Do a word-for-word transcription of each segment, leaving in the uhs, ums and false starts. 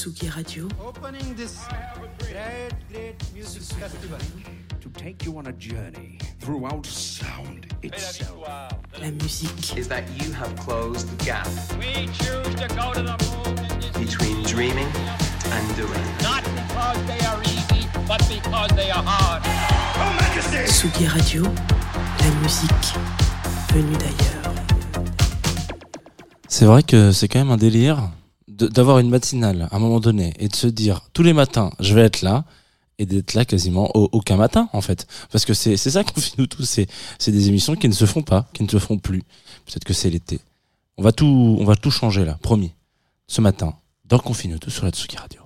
Tsugi Radio. Opening this great, great music festival. To take you on a journey throughout sound itself. La musique. Is that you have closed the gap. We choose to go to the moon between dreaming and doing. Not because they are easy, but because they are hard. Oh, Majesty! Tsugi Radio, la musique venue d'ailleurs. C'est vrai que c'est quand même un délire de, d'avoir une matinale à un moment donné et de se dire tous les matins je vais être là et d'être là quasiment au, aucun matin en fait, parce que c'est c'est ça qu'on fait nous tous, c'est c'est des émissions qui ne se font pas, qui ne se font plus. Peut-être que c'est l'été. On va tout on va tout changer là, promis. Ce matin dans Confine tout sur la Tsugi Radio.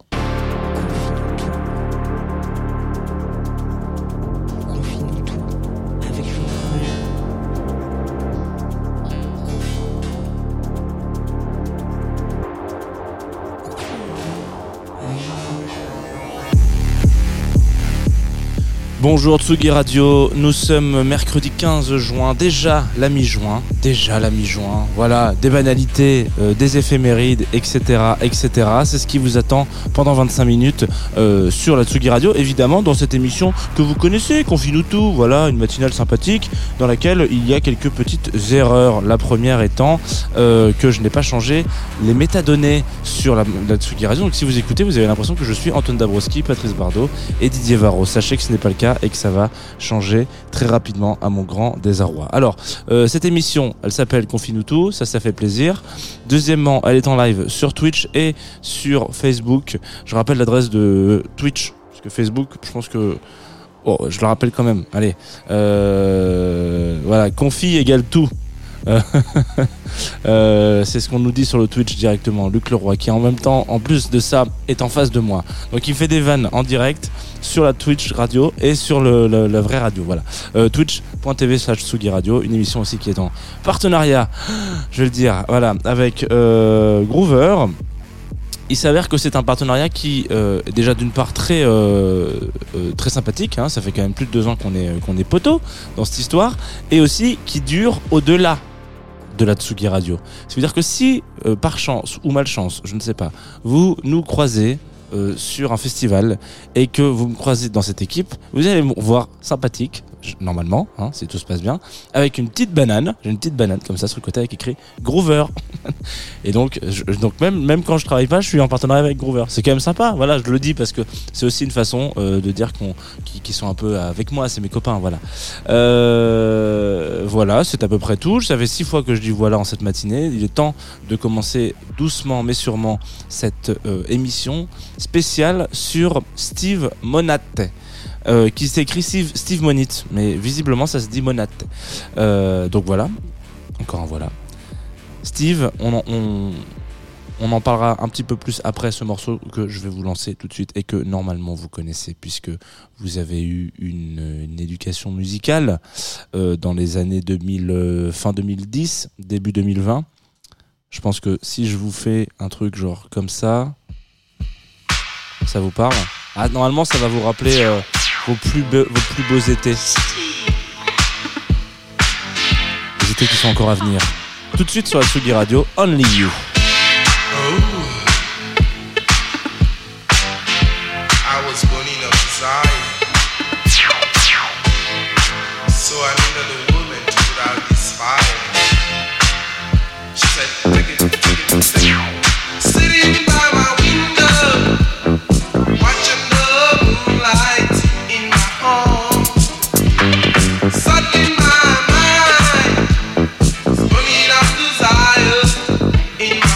Bonjour Tsugi Radio, nous sommes mercredi quinze juin, déjà la mi-juin, déjà la mi-juin, voilà, des banalités, euh, des éphémérides, et cetera, et cetera. C'est ce qui vous attend pendant vingt-cinq minutes euh, sur la Tsugi Radio, évidemment dans cette émission que vous connaissez, Confine-nous tout, voilà, une matinale sympathique dans laquelle il y a quelques petites erreurs. La première étant euh, que je n'ai pas changé les métadonnées sur la, la Tsugi Radio, donc si vous écoutez, vous avez l'impression que je suis Antoine Dabrowski, Patrice Bardot et Didier Varro. Sachez que ce n'est pas le cas et que ça va changer très rapidement à mon grand désarroi. Alors, euh, cette émission, elle s'appelle Confine-nous tout, ça, ça fait plaisir. Deuxièmement, elle est en live sur Twitch et sur Facebook. Je rappelle l'adresse de Twitch, parce que Facebook, je pense que... Oh, je le rappelle quand même. Allez, euh, voilà, confi égale tout. euh, c'est ce qu'on nous dit sur le Twitch directement. Luc Leroy qui en même temps, en plus de ça, est en face de moi. Donc il fait des vannes en direct sur la Twitch radio et sur le, le, la vraie radio. Voilà. Euh, Twitch.tv slash Tsugi Radio, une émission aussi qui est en partenariat, je vais le dire, voilà, avec euh, Groover. Il s'avère que c'est un partenariat qui euh, est déjà d'une part très euh, euh, très sympathique, hein, ça fait quand même plus de deux ans qu'on est qu'on est poteau dans cette histoire, et aussi qui dure au-delà de la Tsugi Radio. Ça veut dire que si euh, par chance ou malchance, je ne sais pas, vous nous croisez euh, sur un festival et que vous me croisez dans cette équipe, vous allez me voir sympathique, normalement, hein, si tout se passe bien, avec une petite banane, j'ai une petite banane comme ça sur le côté avec écrit Groover. Et donc, je, donc même même quand je travaille pas, je suis en partenariat avec Groover. C'est quand même sympa. Voilà, je le dis parce que c'est aussi une façon euh, de dire qu'on qu'ils, qu'ils sont un peu avec moi, c'est mes copains. Voilà. Euh, voilà, c'est à peu près tout. Ça fait six fois que je dis voilà en cette matinée. Il est temps de commencer doucement mais sûrement cette euh, émission spéciale sur Steve Monat. Euh, qui s'écrit Steve, Steve Monit, mais visiblement ça se dit Monat. Euh, donc voilà, encore un voilà. Steve, on en, on, on en parlera un petit peu plus après ce morceau que je vais vous lancer tout de suite et que normalement vous connaissez puisque vous avez eu une, une éducation musicale euh, dans les années deux mille, euh, fin deux mille dix, début deux mille vingt. Je pense que si je vous fais un truc genre comme ça, ça vous parle. Ah, normalement ça va vous rappeler euh, vos, plus be- vos plus beaux étés. Les étés qui sont encore à venir. Tout de suite sur la Tsugi Radio, Only You. Oh. I was born in a desire, so I needed a woman to put out this fire. She said, take it, take it, take it. Sitting by my window, watching the moonlight in my home. Suddenly my mind is burning up desire in my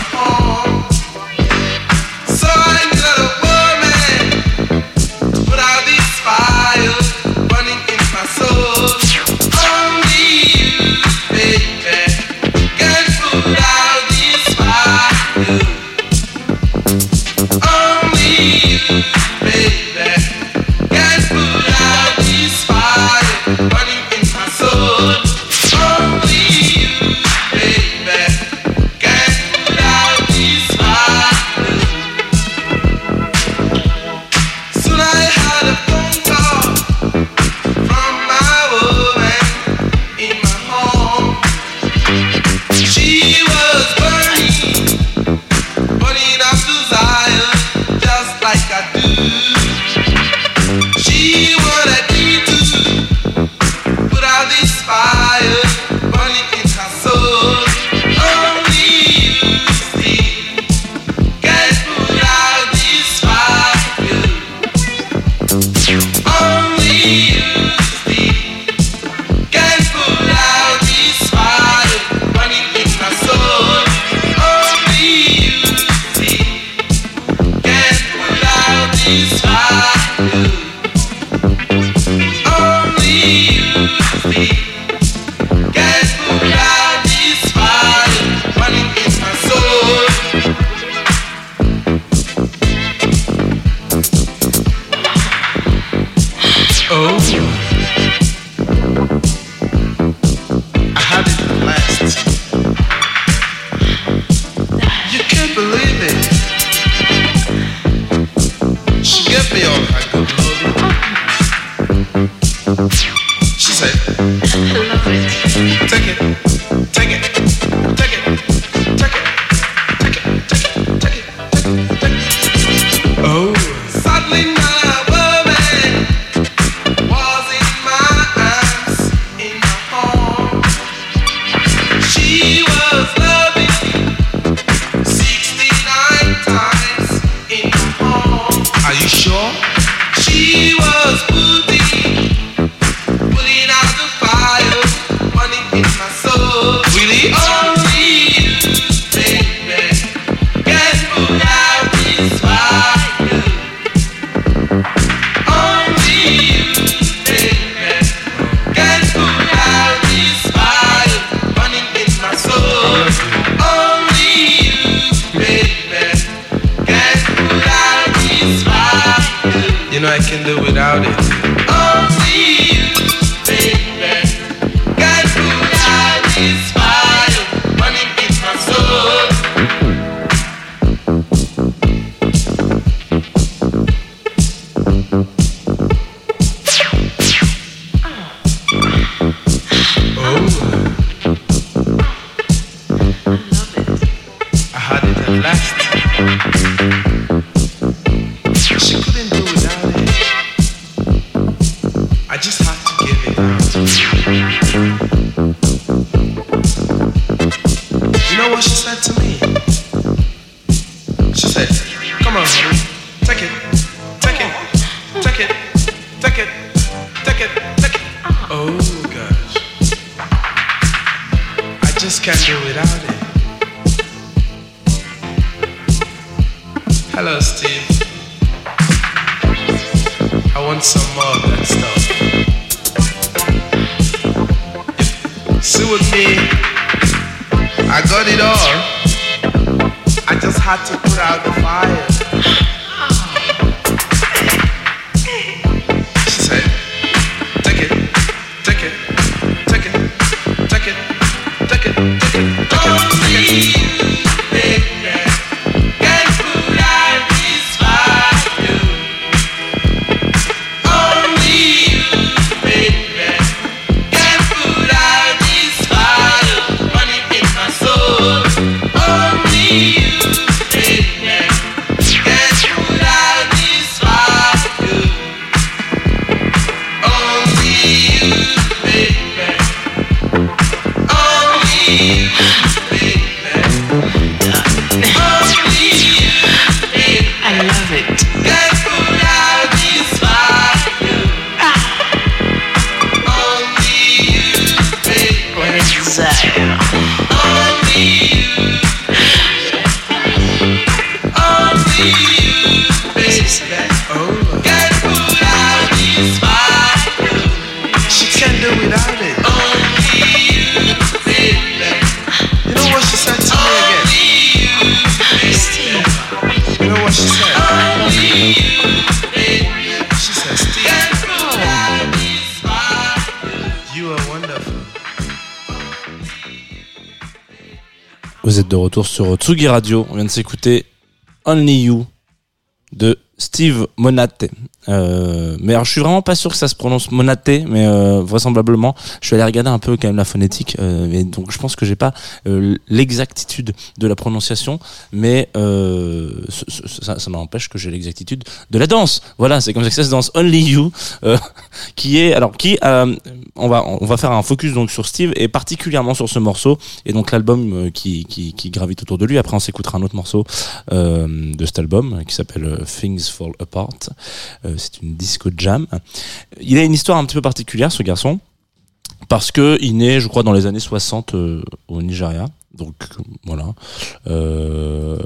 lady. She gave me all her good loving. She said, take it, take it, take it, take it, take it, take it, take it, take it, take it. Oh, suddenly my woman was in my arms, in my arms. She was loving sixty-nine times in my arms. Are you sure? She was putting, putting out the fire, burning in my soul. Really? Only you, baby, can put out this fire. Only you, baby, can put out this fire, burning in my soul. Only you, baby, can put out this fire. You know I can do without it. Only you, baby, can put out this fire, burning in my soul. I had it at last. She couldn't do without it. I just had to give it out. You know what she said to me? She said, come on, honey, take it, take it, take it, take it, take it, take it. Oh gosh, I just can't do without it. Hello, Steve. I want some more of that stuff. See with me, I got it all. I just had to put out the fire. She said, take it, take it, take it, take it, take it, take it, take it, take it. Vous êtes de retour sur Tsugi Radio. On vient de s'écouter Only You de Steve Monate. Euh, mais alors je suis vraiment pas sûr que ça se prononce Monate, mais euh, vraisemblablement je suis allé regarder un peu quand même la phonétique, euh, et donc je pense que j'ai pas euh, l'exactitude de la prononciation, mais euh, ça, ça m'empêche que j'ai l'exactitude de la danse. Voilà, c'est comme ça que ça se danse. Only You, euh, qui est alors qui euh, on va on va faire un focus donc sur Steve et particulièrement sur ce morceau et donc l'album qui qui qui gravite autour de lui. Après on s'écoutera un autre morceau euh, de cet album qui s'appelle Things Fall Apart. Euh, c'est une disco jam. Il a une histoire un petit peu particulière, ce garçon, parce que il naît, je crois, dans les années soixante euh, au Nigeria. Donc voilà, euh,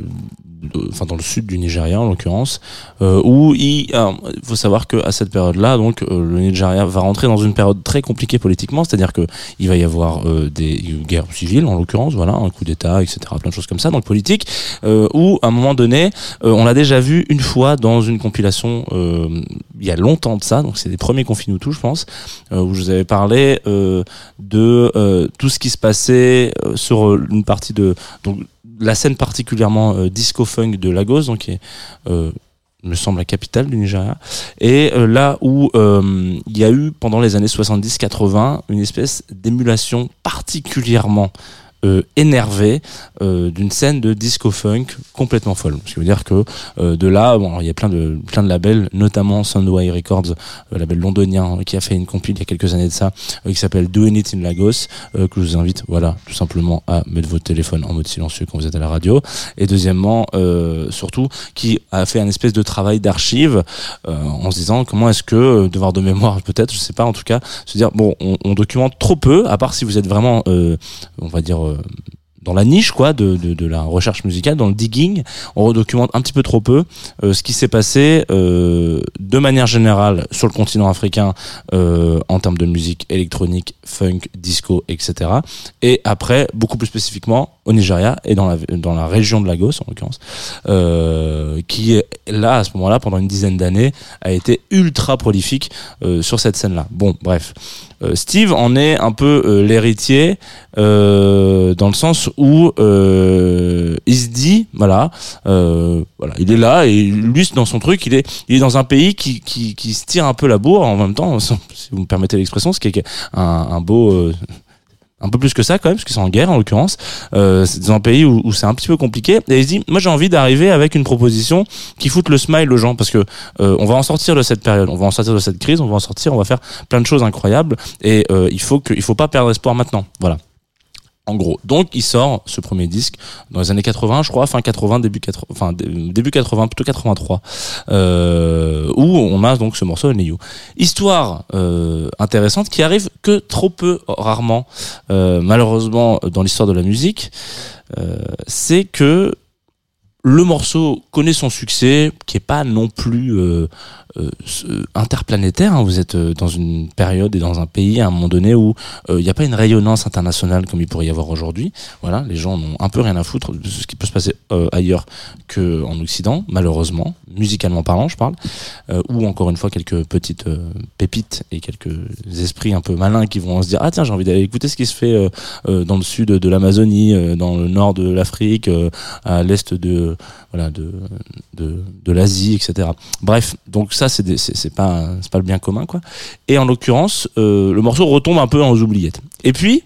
enfin dans le sud du Nigeria en l'occurrence, euh, où il, il faut savoir que à cette période-là, donc euh, le Nigeria va rentrer dans une période très compliquée politiquement, c'est-à-dire que il va y avoir euh, des guerres civiles en l'occurrence, voilà, un coup d'État, et cetera, plein de choses comme ça, donc politique, euh, où à un moment donné, euh, on l'a déjà vu une fois dans une compilation euh, il y a longtemps de ça, donc c'est des premiers Confinutu, je pense, euh, où je vous avais parlé euh, de euh, tout ce qui se passait euh, sur une partie de donc la scène particulièrement euh, disco-funk de Lagos, donc qui est, euh, me semble, la capitale du Nigeria, et euh, là où euh, il y a eu pendant les années soixante-dix quatre-vingts une espèce d'émulation particulièrement Euh, énervé euh, d'une scène de disco funk complètement folle. Ce qui veut dire que euh, de là, bon, il y a plein de plein de labels, notamment Soundway Records, euh, label londonien qui a fait une compile il y a quelques années de ça, euh, qui s'appelle Doing It in Lagos, euh, que je vous invite, voilà, tout simplement à mettre votre téléphone en mode silencieux quand vous êtes à la radio. Et deuxièmement, euh, surtout, qui a fait un espèce de travail d'archive euh, en se disant comment est-ce que euh, devoir de mémoire peut-être, je sais pas, en tout cas, se dire bon, on, on documente trop peu, à part si vous êtes vraiment, euh, on va dire dans la niche quoi de, de de la recherche musicale, dans le digging, on redocumente un petit peu trop peu euh, ce qui s'est passé euh, de manière générale sur le continent africain euh, en termes de musique électronique, funk, disco, et cetera. Et après, beaucoup plus spécifiquement au Nigeria et dans la dans la région de Lagos en l'occurrence, euh, qui est là à ce moment-là pendant une dizaine d'années a été ultra prolifique euh, sur cette scène-là. Bon, bref. Euh, Steve en est un peu euh, l'héritier euh, dans le sens où euh, il se dit voilà, euh, voilà, il est là et lui dans son truc, il est il est dans un pays qui qui qui se tire un peu la bourre en même temps, si vous me permettez l'expression, ce qui est un, un beau euh, un peu plus que ça quand même, parce qu'ils sont en guerre en l'occurrence. Euh, c'est dans un pays où, où c'est un petit peu compliqué. Et il se dit, moi j'ai envie d'arriver avec une proposition qui foute le smile aux gens, parce que euh, on va en sortir de cette période, on va en sortir de cette crise, on va en sortir, on va faire plein de choses incroyables. Et euh, il faut que, il faut pas perdre espoir maintenant. Voilà. En gros. Donc, il sort ce premier disque dans les années quatre-vingts, je crois, fin quatre-vingts, début quatre-vingts, enfin, début quatre-vingts, plutôt quatre-vingt-trois, euh, où on a donc ce morceau, Niyu. Histoire, euh, intéressante, qui arrive que trop peu, rarement, euh, malheureusement, dans l'histoire de la musique, euh, c'est que le morceau connaît son succès, qui est pas non plus euh, euh, interplanétaire. Hein. Vous êtes dans une période et dans un pays à un moment donné où il euh, n'y a pas une rayonnance internationale comme il pourrait y avoir aujourd'hui. Voilà, les gens n'ont un peu rien à foutre de ce qui peut se passer euh, ailleurs qu'en Occident, malheureusement, musicalement parlant, je parle. Euh, ou encore une fois quelques petites euh, pépites et quelques esprits un peu malins qui vont se dire ah tiens, j'ai envie d'aller écouter ce qui se fait euh, euh, dans le sud de l'Amazonie, euh, dans le nord de l'Afrique, euh, à l'est de voilà de de de l'Asie, et cetera. Bref, donc ça c'est des, c'est c'est pas c'est pas le bien commun quoi. Et en l'occurrence, euh, le morceau retombe un peu aux oubliettes. Et puis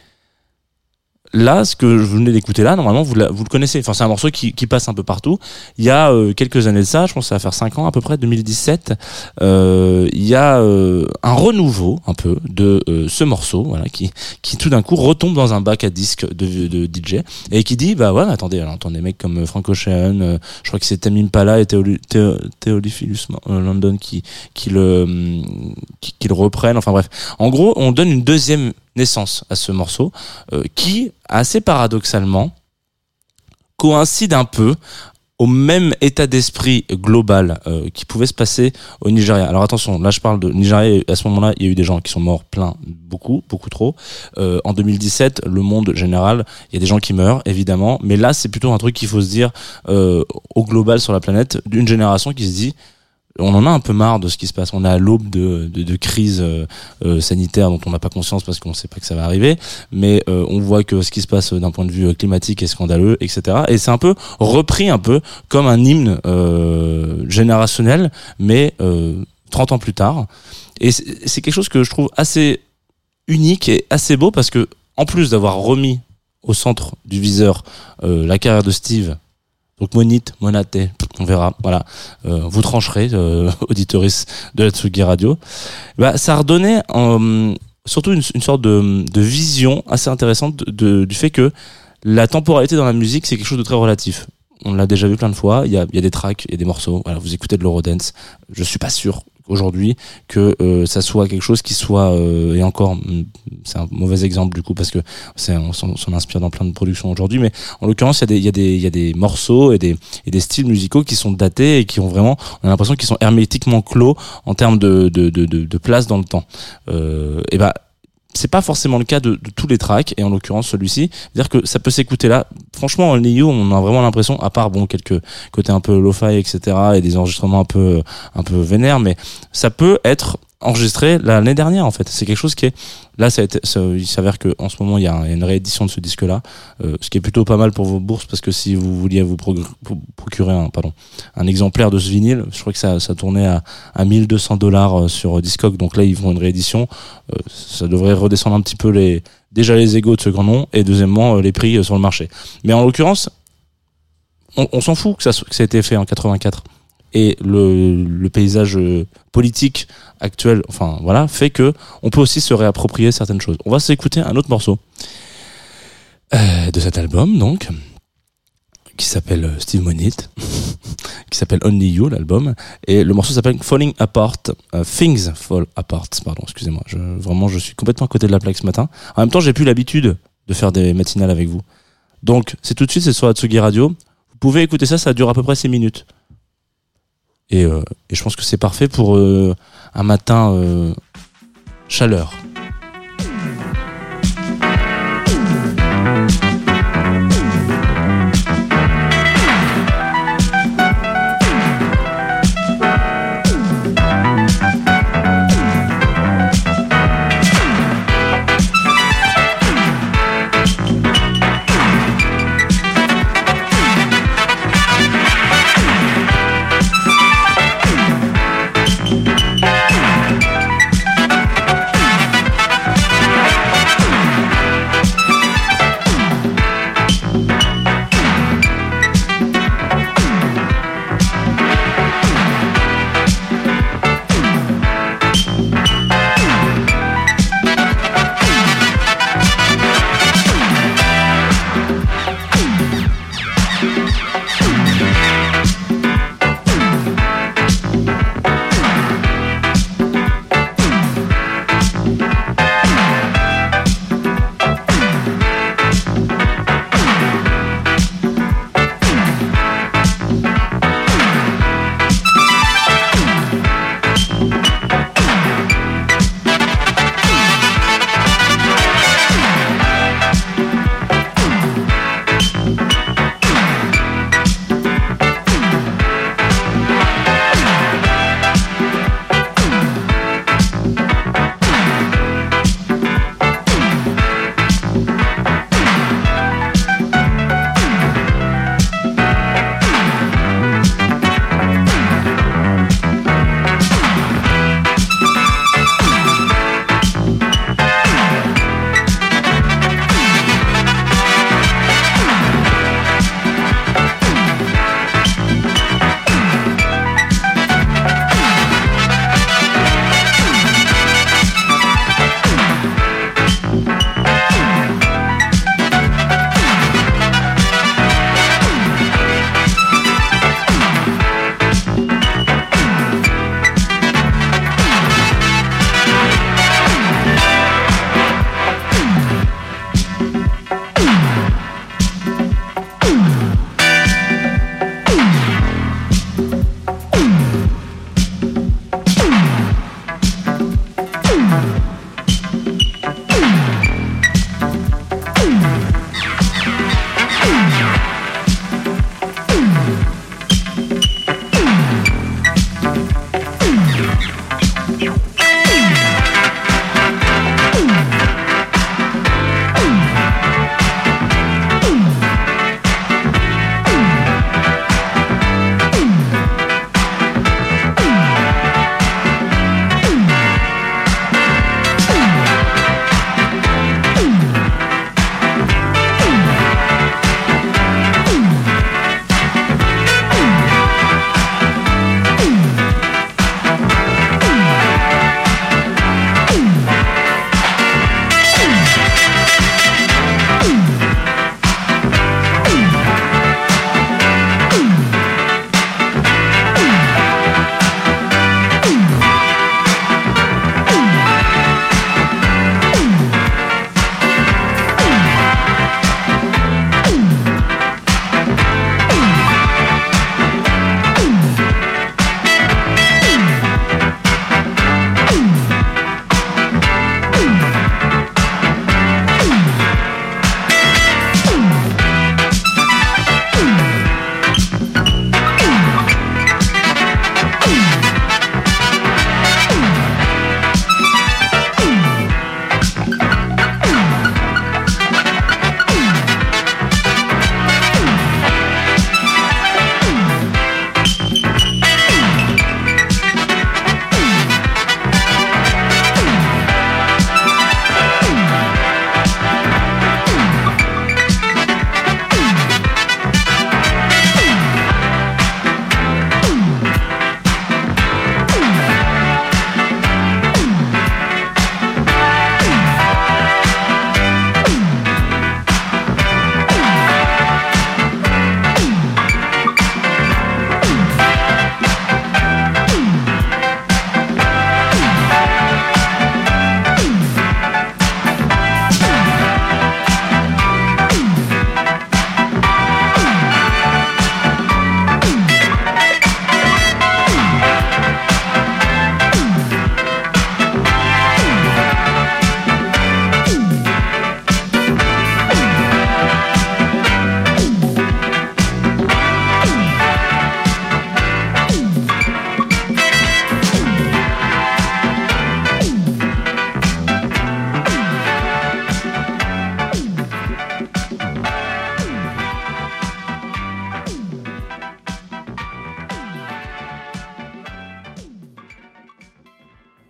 là, ce que je venais d'écouter là, normalement vous la, vous le connaissez. Enfin, c'est un morceau qui qui passe un peu partout. Il y a euh, quelques années de ça, je pense que ça va faire cinq ans à peu près, deux mille dix-sept. Euh, il y a euh, un renouveau un peu de euh, ce morceau, voilà, qui qui tout d'un coup retombe dans un bac à disques de, de D J et qui dit bah ouais, mais attendez, alors entend des mecs comme Frank Ocean, euh, je crois que c'est Tame Impala et Theophilus euh, London qui qui le qui, qui le reprennent. Enfin bref, en gros, on donne une deuxième naissance à ce morceau euh, qui, assez paradoxalement, coïncide un peu au même état d'esprit global euh, qui pouvait se passer au Nigeria. Alors attention, là je parle de Nigeria, à ce moment-là, il y a eu des gens qui sont morts plein, beaucoup, beaucoup trop. Euh, en deux mille dix-sept, le monde général, il y a des gens qui meurent, évidemment, mais là c'est plutôt un truc qu'il faut se dire euh, au global sur la planète, d'une génération qui se dit on en a un peu marre de ce qui se passe. On est à l'aube de, de, de crises euh, euh, sanitaires dont on n'a pas conscience parce qu'on ne sait pas que ça va arriver. Mais euh, on voit que ce qui se passe d'un point de vue climatique est scandaleux, et cetera. Et c'est un peu repris un peu comme un hymne euh, générationnel, mais euh, trente ans plus tard. Et c'est, c'est quelque chose que je trouve assez unique et assez beau parce que en plus d'avoir remis au centre du viseur euh, la carrière de Steve. Donc monite, monaté, on verra, voilà. Euh, vous trancherez, euh, auditeuris de la Tsugi Radio. Bah, ça redonnait euh, surtout une, une sorte de, de vision assez intéressante de, de, du fait que la temporalité dans la musique, c'est quelque chose de très relatif. On l'a déjà vu plein de fois. Il y a, il y a des tracks, il y a des morceaux. Voilà, vous écoutez de l'Eurodance. Je suis pas sûr aujourd'hui que euh, ça soit quelque chose qui soit euh, et encore c'est un mauvais exemple du coup parce que c'est on s'en, s'en inspire dans plein de productions aujourd'hui, mais en l'occurrence il y a des il y a des il y a des morceaux et des et des styles musicaux qui sont datés et qui ont vraiment, on a l'impression qu'ils sont hermétiquement clos en termes de de de de, de place dans le temps. Euh, et ben c'est pas forcément le cas de, de tous les tracks, et en l'occurrence celui-ci, c'est-à-dire que ça peut s'écouter là. Franchement, en Niyu, on a vraiment l'impression, à part bon quelques côtés un peu lo-fi, et cetera, et des enregistrements un peu un peu vénères, mais ça peut être enregistré l'année dernière en fait. C'est quelque chose qui est là, ça a été, ça, il s'avère que en ce moment il y a une réédition de ce disque-là, euh, ce qui est plutôt pas mal pour vos bourses parce que si vous vouliez vous procurer un pardon un exemplaire de ce vinyle, je crois que ça ça tournait à à mille deux cents dollars sur Discog. Donc là ils font une réédition, euh, ça devrait redescendre un petit peu les déjà les égos de ce grand nom et deuxièmement euh, les prix euh, sur le marché. Mais en l'occurrence, on, on s'en fout que ça que ça ait été fait en quatre-vingt-quatre. Et le, le paysage politique actuel, enfin voilà, fait que on peut aussi se réapproprier certaines choses. On va s'écouter un autre morceau euh, de cet album, donc, qui s'appelle Steve Monite, qui s'appelle Only You, l'album, et le morceau s'appelle Falling Apart, uh, Things Fall Apart, pardon, excusez-moi, je, vraiment je suis complètement à côté de la plaque ce matin. En même temps, j'ai plus l'habitude de faire des matinales avec vous. Donc, c'est tout de suite, c'est sur Atsugi Radio. Vous pouvez écouter ça, ça dure à peu près six minutes. Et, euh, et je pense que c'est parfait pour euh, un matin euh, chaleur.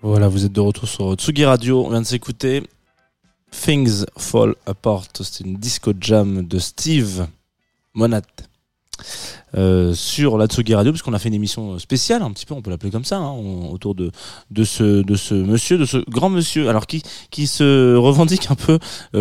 Voilà, vous êtes de retour sur Tsugi Radio. On vient de s'écouter Things Fall Apart. C'est une disco jam de Steve Monat. Euh, sur la Tsugi Radio, parce qu'on a fait une émission spéciale, un petit peu, on peut l'appeler comme ça, hein, on, autour de de ce de ce monsieur, de ce grand monsieur, alors qui qui se revendique un peu,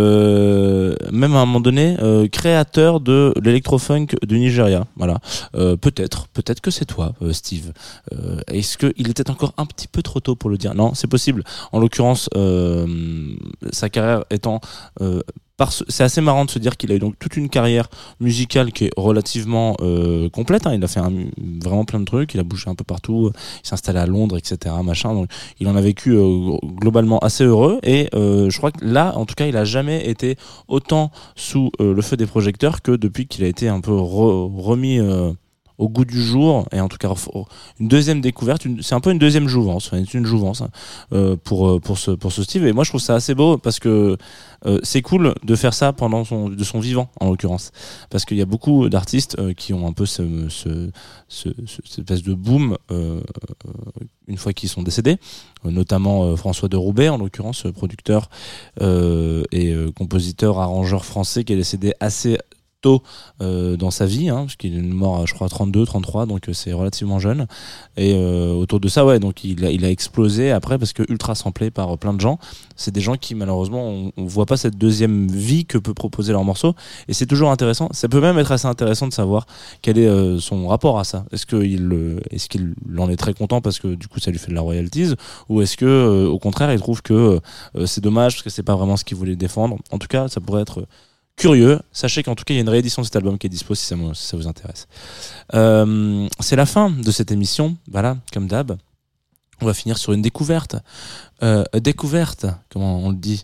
euh, même à un moment donné, euh, créateur de l'électro-funk du Nigeria. Voilà, euh, peut-être, peut-être que c'est toi, euh, Steve. Euh, est-ce que il était encore un petit peu trop tôt pour le dire? Non, c'est possible. En l'occurrence, euh, sa carrière étant euh, Parce, c'est assez marrant de se dire qu'il a eu donc toute une carrière musicale qui est relativement euh, complète. Hein. Il a fait un, vraiment plein de trucs. Il a bougé un peu partout. Il s'est installé à Londres, et cetera. Machin. Donc, il en a vécu euh, globalement assez heureux. Et euh, je crois que là, en tout cas, il a jamais été autant sous euh, le feu des projecteurs que depuis qu'il a été un peu re, remis euh, au goût du jour, et en tout cas une deuxième découverte, une, c'est un peu une deuxième jouvence, une, une jouvence hein, euh, pour pour ce pour ce Steve. Et moi je trouve ça assez beau parce que euh, c'est cool de faire ça pendant son de son vivant en l'occurrence, parce qu'il y a beaucoup d'artistes euh, qui ont un peu ce ce, ce, ce cette espèce de boom euh, une fois qu'ils sont décédés, euh, notamment euh, François de Roubaix en l'occurrence, producteur euh, et euh, compositeur arrangeur français qui est décédé assez tôt euh, dans sa vie, hein, parce qu'il est mort, je crois, à trente-deux, trente-trois, donc euh, c'est relativement jeune. Et euh, autour de ça, ouais, donc il a, il a explosé après parce que ultra samplé par euh, plein de gens. C'est des gens qui malheureusement on, on voit pas cette deuxième vie que peut proposer leur morceau. Et c'est toujours intéressant. Ça peut même être assez intéressant de savoir quel est euh, son rapport à ça. Est-ce qu'il, euh, est-ce qu'il en est très content parce que du coup ça lui fait de la royalties, ou est-ce que euh, au contraire il trouve que euh, c'est dommage parce que c'est pas vraiment ce qu'il voulait défendre. En tout cas, ça pourrait être curieux. Sachez qu'en tout cas il y a une réédition de cet album qui est dispo si ça, si ça vous intéresse. Euh, c'est la fin de cette émission. Voilà, comme d'hab, on va finir sur une découverte. Euh, découverte, comment on le dit,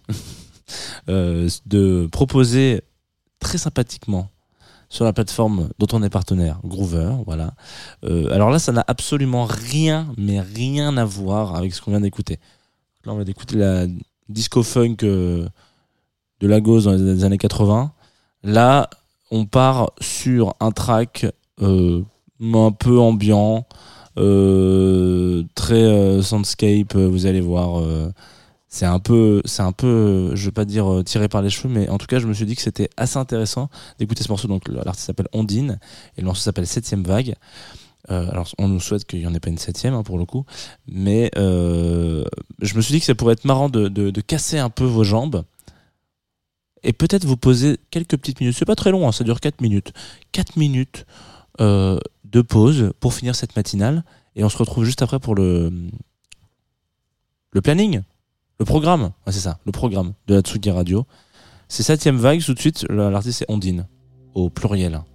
euh, de proposer très sympathiquement sur la plateforme dont on est partenaire, Groover. Voilà. Euh, alors là, ça n'a absolument rien, mais rien à voir avec ce qu'on vient d'écouter. Là, on va écouter la disco funk. Euh, de Lagos dans les années quatre-vingts. Là, on part sur un track euh, un peu ambiant, euh, très euh, soundscape. Vous allez voir, euh, c'est un peu, c'est un peu, je vais pas dire euh, tiré par les cheveux, mais en tout cas, je me suis dit que c'était assez intéressant d'écouter ce morceau. Donc, l'artiste s'appelle Ondine et le morceau s'appelle Septième Vague. Euh, alors, on nous souhaite qu'il n'y en ait pas une septième hein, pour le coup, mais euh, je me suis dit que ça pourrait être marrant de, de, de casser un peu vos jambes. Et peut-être vous poser quelques petites minutes. C'est pas très long, hein, ça dure quatre minutes. quatre minutes euh, de pause pour finir cette matinale. Et on se retrouve juste après pour le, le planning, le programme. Ouais, c'est ça, le programme de la Tsugi Radio. C'est Septième Vague, tout de suite, l'artiste c'est Ondine, au pluriel.